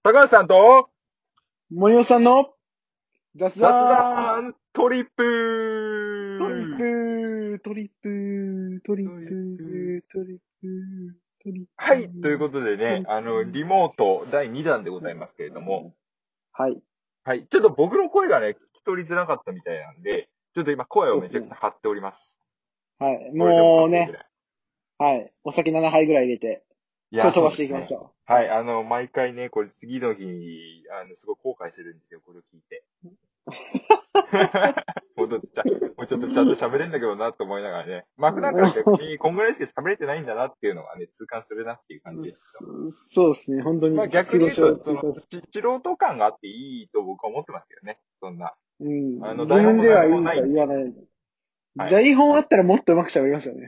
高橋さんと森尾さんの雑雑談談トリットリッププトリップトリットリッププトリップトリッはい。ということでね、 トリッリモート第2弾でございますけれども、 はい。 はい。ちょっと僕の声がね、聞き取りづらかったみたいなんで、ちょっと今声をめちゃくちゃそうですね。 張っております。 はい。 これでもかもうね、 っこいいぐらい。 はい。お酒7杯ぐらい入れて、 いや、 声飛ばしてそうですね。 いきましょう。 はい。 はい。 毎回ね、これ次の日、すごい後悔するんですよ、これを聞いて。もうちょっとちゃんと喋れんだけどなと思いながらね。まあ普段から逆にこんぐらいしか喋れてないんだなっていうのがね、痛感するなっていう感じですけど。 そうですね。本当まあに逆に言うと、 失語症追加す素人感があっていいと僕は思ってますけどね。そんな。 うん。自台本分ではいも何もいとないんで。 言わない。 はい。 台本あったらもっと上手く喋りますよね。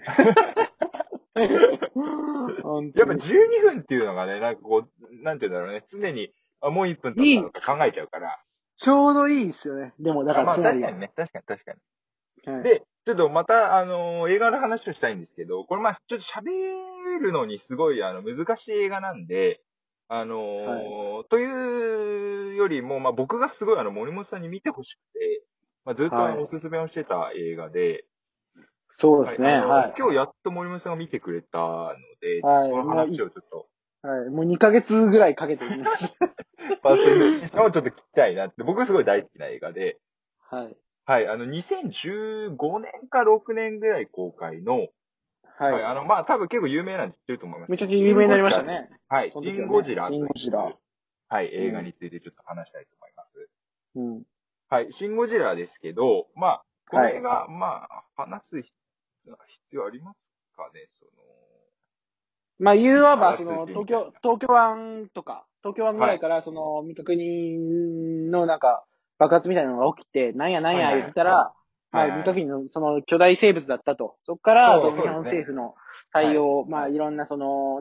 本やっぱ当に。 12分っていうのがね、なんかこう、なんて言うんだろうね。常に、もう1分経ったのいい。 か考えちゃうから。 ちょうどいいですよね。でも、だからまあつまりは。 確かにね。確かに。 はい。 で、ちょっとまた、映画の話をしたいんですけど、これまあ、ちょっと喋るのにすごい、難しい映画なんで、 はい。 というよりも、まあ僕がすごい森本さんに見てほしくて、まあずっとおはい。 すすめをしてた映画で、はい、 そうですね。はい。 今日やっと森本さんが見てくれたので、ちょっとはい。 その話をちょっと、 はい。もう2ヶ月ぐらいかけてみましファーストインプレッションをちょっと聞きたいなって、僕すごい大好きな映画で、 た。はい。 はい、2015年か6年ぐらい公開の、はい、 はい。 まあ、多分結構有名なんで知ってると思いますめちゃけど、シン・くちゃ有名になゴジラっていう、 りましたね。 はい、シン・その時はね。 ゴジラシン・といゴジラ。 う、はい、映画うん。 についてちょっと話したいと思います。 うん。 はい、シン・ゴジラですけど、まあ、このはい。 映画、まあ、話す必要ありますかね、 まあ、言うはば、 話すってみたいな。 東京湾とか、東京湾ぐはい。 らいから、未確認のなんか、爆発みたいなのが起きて、なんやなんやはいはい。 言ってたら、まあ、 はいはい。 未確認の巨大生物だったと。そこから、日本そうですね。 政府のはい。 対応、まあ、いろんな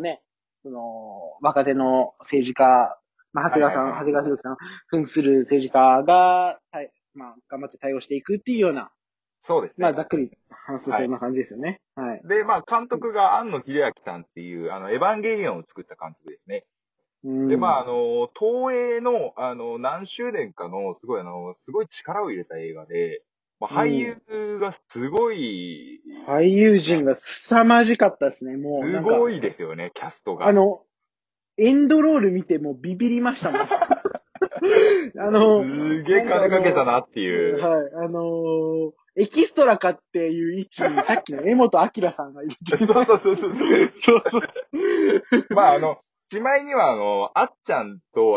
若手の政治家、まあ、長谷川博己さん、扮する政治家が、まあ、頑張って対応していくっていうような、まあ、 そうですね。 ざっくり話すとはい。 そんな感じですよね。はい。 で、まあ、監督が庵野秀明さんっていう、エヴァンゲリオンを作った監督ですね。で、まうん。 あ、東映の、何周年かの、すごい力を入れた映画で、まあ、 うん。 俳優がすごい、 俳優陣なが凄まじかったですね。もうなんか、 すごいですよね、キャストが。 あの、エンドロール見てもうビビりましたもん。あの、 すげえなんか金かけたなっていう。 はい、エキストラかっていう位置にさっきの江本明さんがいるっていうね。そうそう。 まあ、しまいには、あっちゃんと、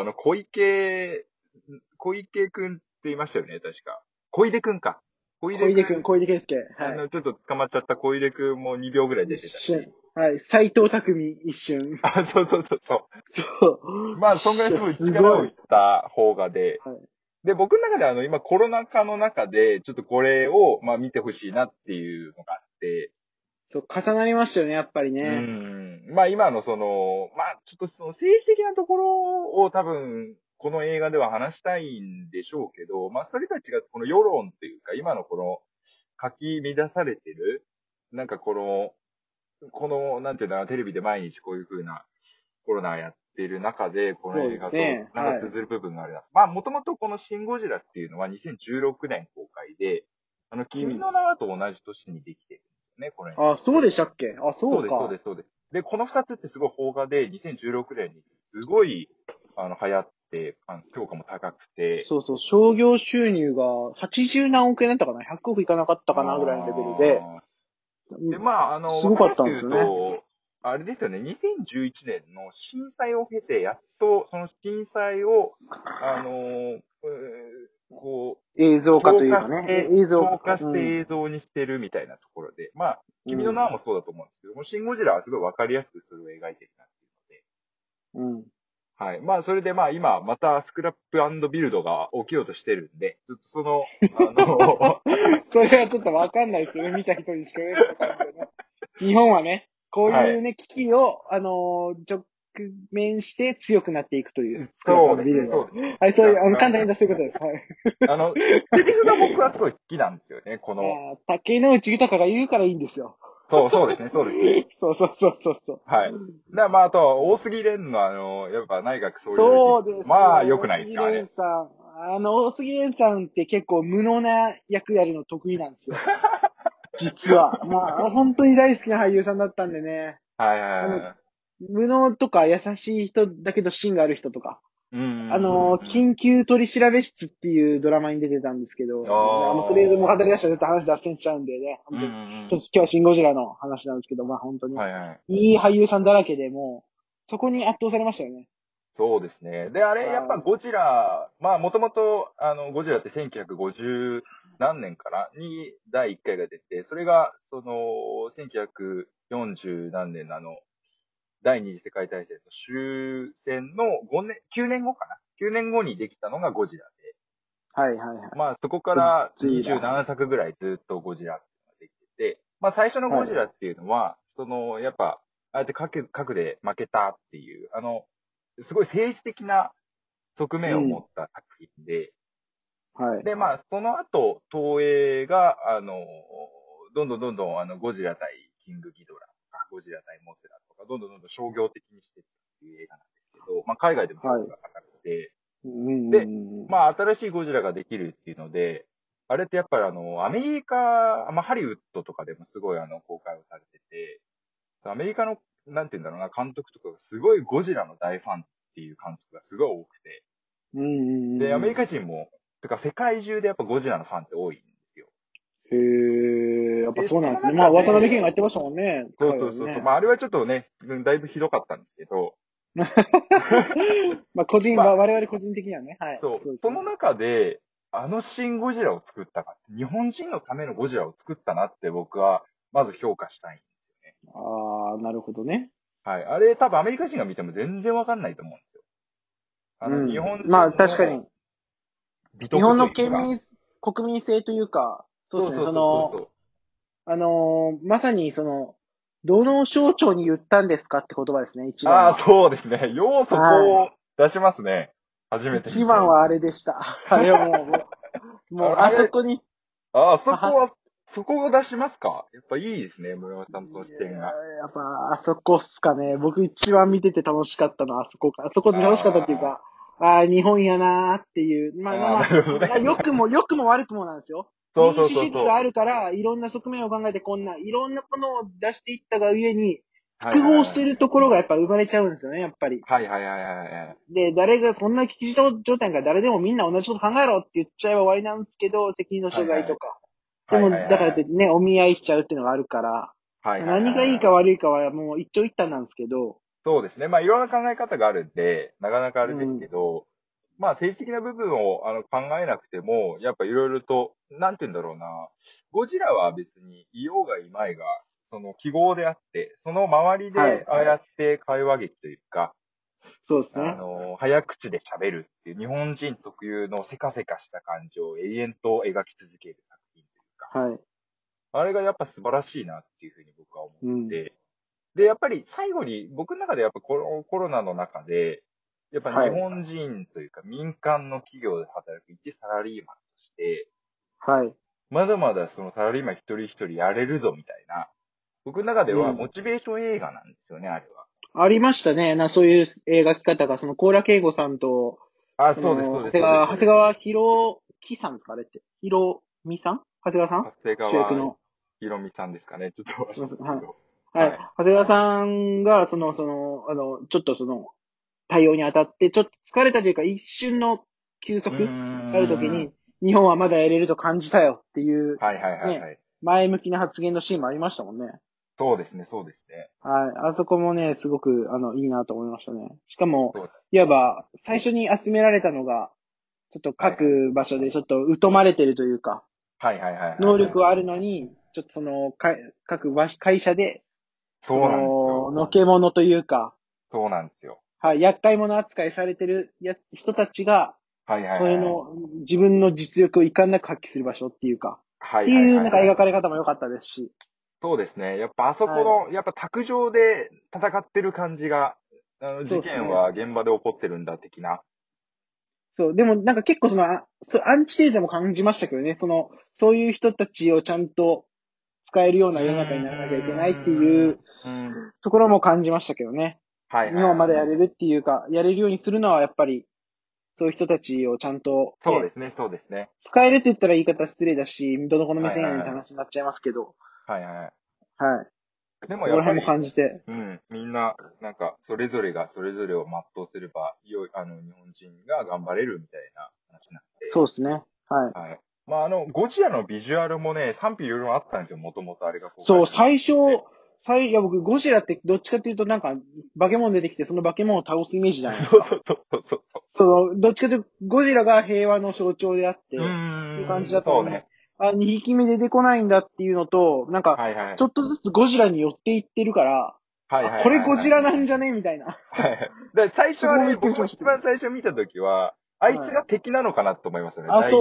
小池くんって言いましたよね、確か。小出くんか。小出くん、 小出圭介。はい。 ちょっと捕まっちゃった小出くんも2秒ぐらい一出てたし。 瞬。はい。斎藤匠一瞬。 あ、そう。 そう。 まあ、そんぐらいいや、 すごいすごい。 力を入れた邦画で、 はい。 で、僕の中で今コロナ禍の中で、ちょっとこれを、まあ見てほしいなっていうのがあって、 そう、重なりましたよね、やっぱりね。 まあ今のまあちょっとその政治的なところを多分、この映画では話したいんでしょうけど、まあそれたちがこの世論というか、今のこの書き乱されてる、なんかなんていうんだろう、テレビで毎日こういう風なコロナやってる中で、このそう映画とですね。はい。 なんか通ずる部分があるな。まあもともとこのシン・ゴジラっていうのは2016年公開で、君うん。 の名はと同じ年にできてるんですよね、この映画。 あ、そうでしたっけ？あ、そうか。 そうです。で、この二つってすごい邦画で、2016年にすごい、流行って、評価も高くて、 そうそう、商業収入が80何億円だったかな？ 100 億いかなかったかなぐらいのレベルで、 あで、 うんまあ、 すごかっわかりやすく言うたんですよね。 と、あれですよね、2011年の震災を経て、やっとその震災を、こ映像化というかね。映像消化化。 してうん。 映像にしてるみたいなところで、まあ、君のうん。 名はもそうだと思うんですけども、シン・ゴジラはすごいわかりやすくそれを描いてるなっていううん。 ので、はい。まあ、それでまあ、今、またスクラップビルドが起きようとしてるんで、ちょっとそれはちょっとわかんないですよね。見た人にしかね、わかんないけどね。日本はね、こうはい。 いうね、危機を、直面して強くなっていくという、スクラップそうですね、 ビルド。 そうですね。 はい、そういう、簡単に言う若干、 とそういうことです。はい。 あの、セリフが僕はすごい好きなんですよね、 ああ、竹野内豊が言うからいいんですよ。 そうですね、そうですね。 そうそうそうそうそう。 はい。まあ、あとは、大杉蓮のやっぱ内閣総理大臣。 そうですよ。 まあ、良く大杉ないですか、あれ。 蓮さん。大杉蓮さんって結構無能な役やるの得意なんですよ。実は。まあ、本当に大好きな俳優さんだったんでね。 はいはいはい。 無能とか優しい人だけど芯がある人とか。 うんうん緊急取調室っていうドラマに出てたんですけど、 うん。あもうそれでもう語り出したらちょっと話脱線しちゃうんでね、 うんう本当に。 んうん。 ちょっと今日はシン・ゴジラの話なんですけど、まあ本当に。 はいはい。 いい俳優さんだらけでもう、そこに圧倒されましたよね。 そうですね。で、あれ、やっぱはゴジラ、まあ、もともと、ゴジラって1950何年かなに第1回が出て、それが、1940何年の第二次世界大戦の終戦の5年、9年後かな？ 9 年後にできたのがゴジラで、 はいはいはい。 まあ、そこかゴらジラ。 27作ぐらいずっとゴジラっていうのができてて、まあ、最初のゴジラっていうのは、やっぱ、ああやって核で負けたっていう、すごい政治的な側面を持うん。 った作品で、 はい。 で、まあ、その後、東映が、どんどんどんどん、ゴジラ対キングギドラとか、ゴジラ対モスラとか、どんどんどんどん商業的にしていったっていう映画なんですけど、まあ、海外でも評はい。 価が高くて、 うんうで、 んうん。 まあ、新しいゴジラができるっていうので、あれってやっぱりアメリカ、まあ、ハリウッドとかでもすごい公開をされてて、アメリカの、なんて言うんだろうな、監督とかがすごいゴジラの大ファンっていう監督がすごい多くて、 うんうんで、アメリうん。 カ人も、てか世界中でやっぱゴジラのファンって多いんですよ。 へえ、やっぱで、そのそうなんですね。まあ、渡辺中で、 謙がやってましたもんね。 そうそうそうそう、 彼はね。 まああれはちょっとね、だいぶひどかったんですけど、 まあ、 まあ、 我々個人的にはね。はい。 そう、 そうですね。 その中で、シン・ゴジラを作ったか、日本人のためのゴジラを作ったなって僕は、まず評価したいんですよね。 ああ、なるほどね。 はい。あれ多分アメリカ人が見ても全然わかんないと思うんですよ。日うん。 本まあ、 人の確かに。 美徳日本のというか、 国民性というか、そうですね。 そうそうそうそうそう。 まさにどの省庁に言ったんですかって言葉ですね、一番ああ、 は。 そうですね。要素はこう出しますね。初めい。 て見て。 一番はあれでした。あれはもう、あそあれ、 こに、 あそはは、 こは、そこを出しますか？やっぱいいですね、室山さんとのい視点が。 ややっぱ、あそこっすかね。僕一番見てて楽しかったのはあそこか。あそこで楽しかったっていうあか、ああ、日本やなーっていう。 あ、なるほどね。 良くも悪くもなんですよ。 そうそう民主主そうそう。 義があるから、いろんな側面を考えていろんなものを出していったがゆえに、 はい複はいはい。 合してるところがやっぱ生まれちゃうんですよね、やっぱり。 はいはいはいはいはい。 で、誰が、そんな危機状態から誰でもみんな同じこと考えろって言っちゃえば終わりなんですけど、責任の所はいはい。 在とか。でも、 はいはいだからっはい。 てね、お見合いしちゃうっていうのがあるから、 はいはい何がいいかはい。 悪いかはもう一長一短なんですけど、 そうですね。まあいろんな考え方があるんで、なかなかあれですうん。 けど、まあ政治的な部分を考えなくても、やっぱいろいろと、なんて言うんだろうな。ゴジラは別にいようがいまいが、その記号であって、その周りはい。 でああやって会話劇というか、 そうですね。 早口で喋るっていう日本人特有のせかせかした感じを永遠と描き続ける作品というか、 はい。 あれがやっぱ素晴らしいなっていうふうに僕は思っうん。 てて、で、やっぱり最後に僕の中でやっぱこのコロナの中で、やっぱ日はい。 本人というか民間の企業で働く一サラリーマンとして、 はい。 まだまだそのサラリーマン一人一人やれるぞみたいな、僕の中でうん。 はモチベーション映画なんですよね、あれは。 ありましたね。そういう描き方が、コーラケイゴさんと、 あ、そうです、そうです、そうです、そうです。 長谷川博己さんですかあれって。博美さん長谷川さん長谷川主役の。 ひろみさんですかね。ちょっと忘れすみません。はい。 ですけど。 はい。 はい。 長谷川さんが、ちょっと対応にあたって、ちょっと疲れたというか、一瞬の休うー息があるときに、 ん。 日本はまだやれると感じたよっていう、 はいはいはいね、 はい。 前向きな発言のシーンもありましたもんね。 そうですね、そうですね。 はい。あそこもね、すごく、いいなと思いましたね。しかも、 そうだ。 いわば、最初に集められたのが、ちょっとはいはい。 各場所でちょっと疎まれてるというか、 はいはいはいはいはい。 能力はあるのに、ちょっと各会社で、 そうなんですよ。 のけ者というか、 そうなんですよ。 はい、厄介者扱いされてる人たちが、 はいはいはいはい。 それの、自分の実力を遺憾なく発揮する場所っていうか、 はいはいっていうはいはい。 なんか描かれ方も良かったですし、 そうですね。やっぱあそこはい。 の、やっぱ卓上で戦ってる感じが、事件そうですね。 は現場で起こってるんだ的な。 そう、でもなんか結構アンチテーゼも感じましたけどね、そういう人たちをちゃんと使えるような世の中にならなきゃいけないっていうところも感じましたけどね。 はいはい。 日本までやれるっていうか、やれるようにするのはやっぱり、そういう人たちをちゃんと、 そうですね、そうですね。 使えるって言ったら言い方失礼だし、どの子の目線やねんって話になっちゃいますけど。 はいはい。 はい。 でもやっぱり、 そこら辺も感じて。 みんな、なんか、それぞれがそれぞれを全うすれば、日本人が頑張れるみたいな話なんで。 そうですね。はい。 はい。まあ、ゴジラのビジュアルもね、賛否いろいろあったんですよ、もともとあれが。 そう、いや僕、ゴジラってどっちかっていうとなんか、化け物出てきて、その化け物を倒すイメージじゃないですか。そうどっちかというと、ゴジラが平和の象徴であって、いう感じだったのに、ね、2匹目出てこないんだっていうのと、なんか、ちょっとずつゴジラに寄っていってるから、これゴジラなんじゃねみたいな。 はい。で、最初はね、僕も一番最初見たときは、あいつが敵なのかなと思いますよね。 そう。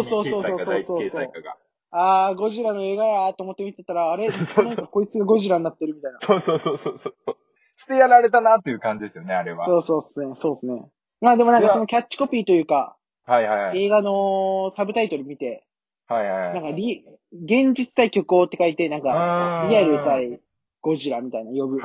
ゴジラの映画やと思って見てたら、あれなんかこいつがゴジラになってるみたいな。 そう。してやられたなっていう感じですよね、あれは。 そうですね。まあでもなんかそのキャッチコピーというか、映画のサブタイトル見て、なんか現実対虚構って書いて、なんか、リアル対ゴジラみたいな呼ぶ。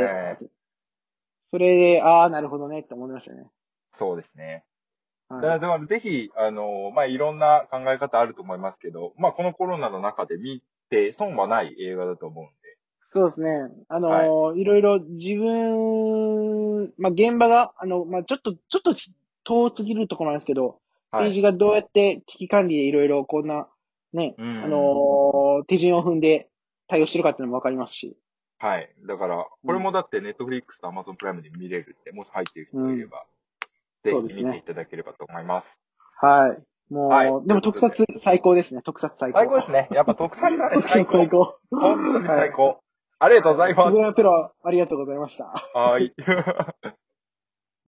それで、なるほどねって思いましたね。 そうですね。でもぜひ、まあ、いろんな考え方あると思いますけど、まあ、このコロナの中で見て損はない映画だと思うんで。 そうですね。いろいろ自分、まあ、現場が、まあ、ちょっと遠すぎるところなんですけど、政治がどうやって危機管理でいろいろこんな、ね、手順を踏んで対応してるかっていうのもわかりますし。 はい。だから、これもだって、ネットフリックスとアマゾンプライムで見れるって、もし入っている人がいれば、ぜひ見ていただければと思います。 はい。もう、でも特撮最高ですね。特撮最高。 最高ですね。やっぱ特撮はね、最高。本当に最高。ありがとうございます。 プロ、ありがとうございました。 はい。